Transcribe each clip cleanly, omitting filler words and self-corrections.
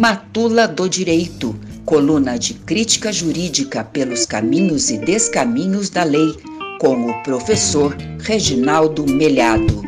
Matula do Direito, coluna de crítica jurídica pelos caminhos e descaminhos da lei, com o professor Reginaldo Melhado.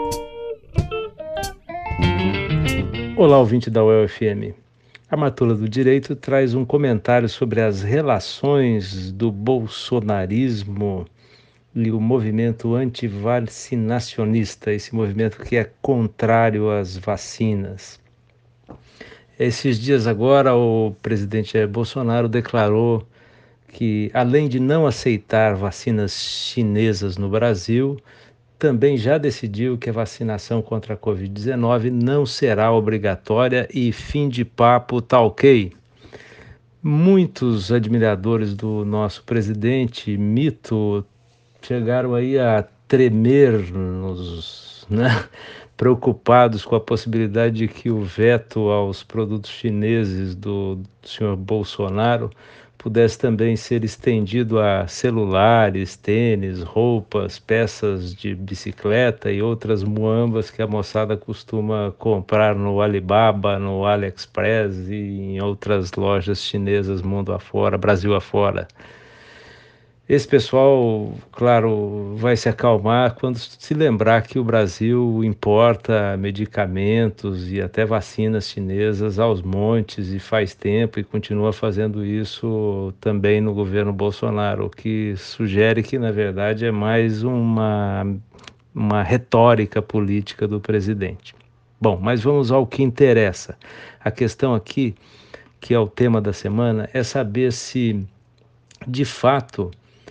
Olá, ouvinte da UEL-FM. A Matula do Direito traz um comentário sobre as relações do bolsonarismo e o movimento antivacinacionista, esse movimento que é contrário às vacinas. Esses dias agora, o presidente Jair Bolsonaro declarou que, além de não aceitar vacinas chinesas no Brasil, também já decidiu que a vacinação contra a Covid-19 não será obrigatória e fim de papo, tá ok? Muitos admiradores do nosso presidente, mito, chegaram aí a tremer preocupados com a possibilidade de que o veto aos produtos chineses do senhor Bolsonaro pudesse também ser estendido a celulares, tênis, roupas, peças de bicicleta e outras muambas que a moçada costuma comprar no Alibaba, no AliExpress e em outras lojas chinesas mundo afora, Brasil afora. Esse pessoal, claro, vai se acalmar quando se lembrar que o Brasil importa medicamentos e até vacinas chinesas aos montes e faz tempo e continua fazendo isso também no governo Bolsonaro, o que sugere que, na verdade, é mais uma retórica política do presidente. Bom, mas vamos ao que interessa. A questão aqui, que é o tema da semana, é saber se, de fato,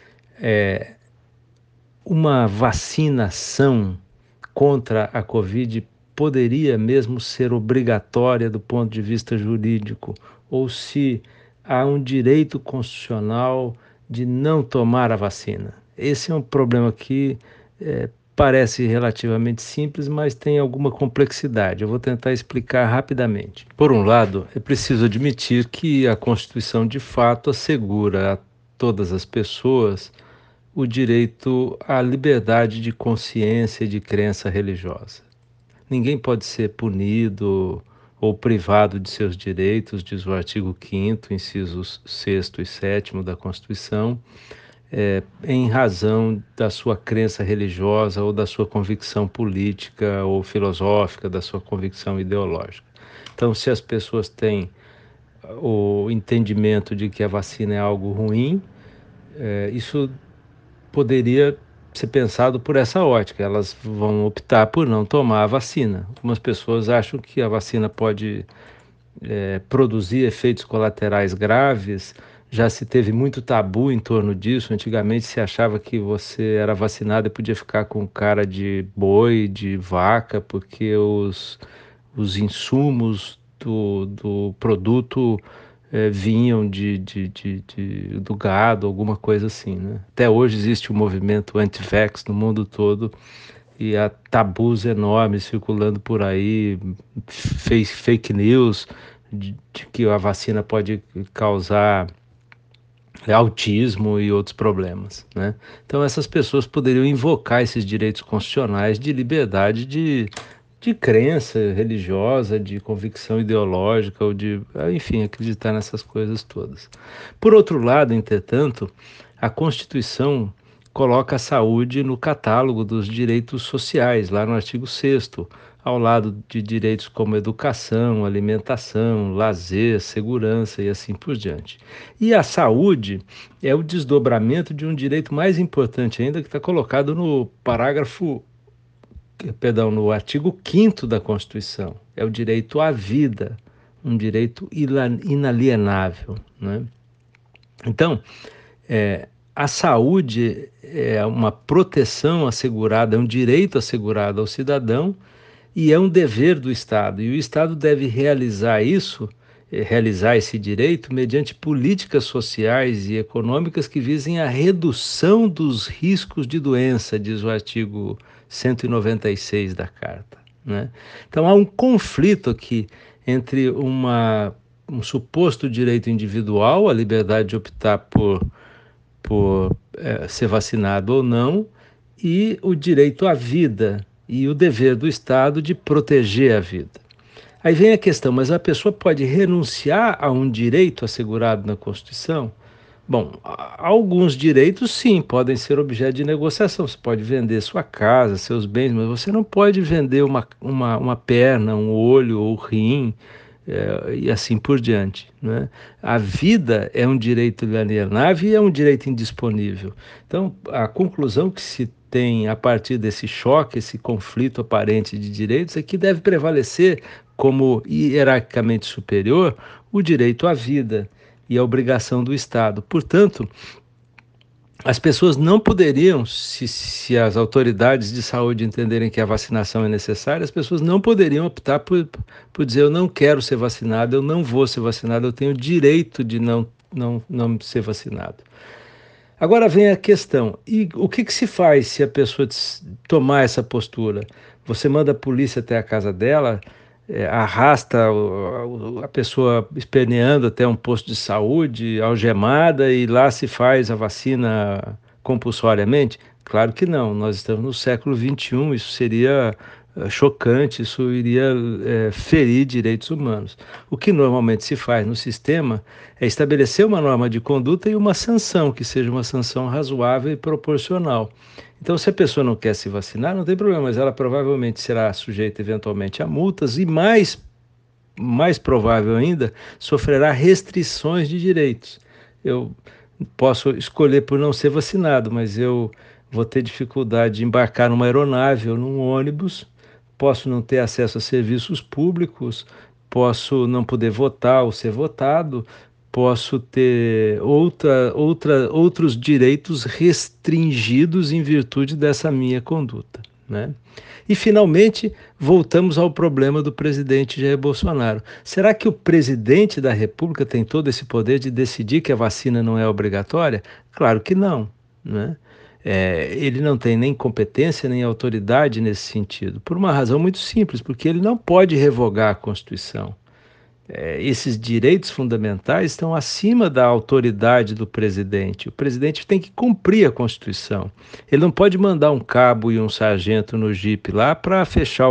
uma vacinação contra a Covid poderia mesmo ser obrigatória do ponto de vista jurídico, ou se há um direito constitucional de não tomar a vacina. Esse é um problema que parece relativamente simples, mas tem alguma complexidade. Eu vou tentar explicar rapidamente. Por um lado, é preciso admitir que a Constituição de fato assegura a todas as pessoas o direito à liberdade de consciência e de crença religiosa. Ninguém pode ser punido ou privado de seus direitos, diz o artigo 5º, incisos 6º e 7º da Constituição, em razão da sua crença religiosa ou da sua convicção política ou filosófica, da sua convicção ideológica. Então, se as pessoas têm o entendimento de que a vacina é algo ruim, isso poderia ser pensado por essa ótica. Elas vão optar por não tomar a vacina. Algumas pessoas acham que a vacina pode produzir efeitos colaterais graves. Já se teve muito tabu em torno disso. Antigamente se achava que você era vacinado e podia ficar com cara de boi, de vaca, porque os insumos do produto vinham do gado, alguma coisa assim, né? Até hoje existe um movimento anti-vax no mundo todo e há tabus enormes circulando por aí, fake news de que a vacina pode causar autismo e outros problemas, né? Então essas pessoas poderiam invocar esses direitos constitucionais de liberdade de crença religiosa, de convicção ideológica, ou enfim, acreditar nessas coisas todas. Por outro lado, entretanto, a Constituição coloca a saúde no catálogo dos direitos sociais, lá no artigo 6º, ao lado de direitos como educação, alimentação, lazer, segurança e assim por diante. E a saúde é o desdobramento de um direito mais importante ainda, que está colocado no no artigo 5º da Constituição, é o direito à vida, um direito inalienável, né? Então, a saúde é uma proteção assegurada, é um direito assegurado ao cidadão e é um dever do Estado. E o Estado deve realizar esse direito mediante políticas sociais e econômicas que visem a redução dos riscos de doença, diz o artigo 196 da Carta, né? Então há um conflito aqui entre um suposto direito individual, a liberdade de optar por ser vacinado ou não, e o direito à vida e o dever do Estado de proteger a vida. Aí vem a questão, mas a pessoa pode renunciar a um direito assegurado na Constituição? Bom, alguns direitos sim podem ser objeto de negociação. Você pode vender sua casa, seus bens, mas você não pode vender uma perna, um olho ou rim, e assim por diante, né? A vida é um direito inalienável e é um direito indisponível. Então, a conclusão que se tem a partir desse choque, esse conflito aparente de direitos, é que deve prevalecer como hierarquicamente superior o direito à vida e a obrigação do Estado. Portanto, as pessoas não poderiam, se as autoridades de saúde entenderem que a vacinação é necessária, as pessoas não poderiam optar por dizer: eu não quero ser vacinado, eu não vou ser vacinado, eu tenho o direito de não ser vacinado. Agora vem a questão: e o que se faz se a pessoa tomar essa postura? Você manda a polícia até a casa dela, arrasta a pessoa esperneando até um posto de saúde, algemada, e lá se faz a vacina compulsoriamente? Claro que não, nós estamos no século XXI, isso seria chocante, isso iria ferir direitos humanos. O que normalmente se faz no sistema é estabelecer uma norma de conduta e uma sanção, que seja uma sanção razoável e proporcional. Então, se a pessoa não quer se vacinar, não tem problema, mas ela provavelmente será sujeita eventualmente a multas e, mais provável ainda, sofrerá restrições de direitos. Eu posso escolher por não ser vacinado, mas eu vou ter dificuldade de embarcar numa aeronave ou num ônibus, posso não ter acesso a serviços públicos, posso não poder votar ou ser votado, posso ter outros direitos restringidos em virtude dessa minha conduta, né? E, finalmente, voltamos ao problema do presidente Jair Bolsonaro. Será que o presidente da República tem todo esse poder de decidir que a vacina não é obrigatória? Claro que não, né? Ele não tem nem competência nem autoridade nesse sentido, por uma razão muito simples, porque ele não pode revogar a Constituição. Esses direitos fundamentais estão acima da autoridade do presidente. O presidente tem que cumprir a Constituição. Ele não pode mandar um cabo e um sargento no jipe lá para fechar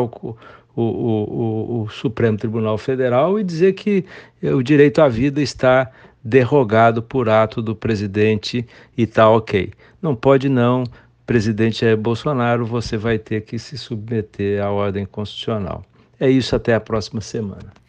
o Supremo Tribunal Federal e dizer que o direito à vida está derrogado por ato do presidente e está ok. Não pode não, presidente Jair Bolsonaro, você vai ter que se submeter à ordem constitucional. É isso, até a próxima semana.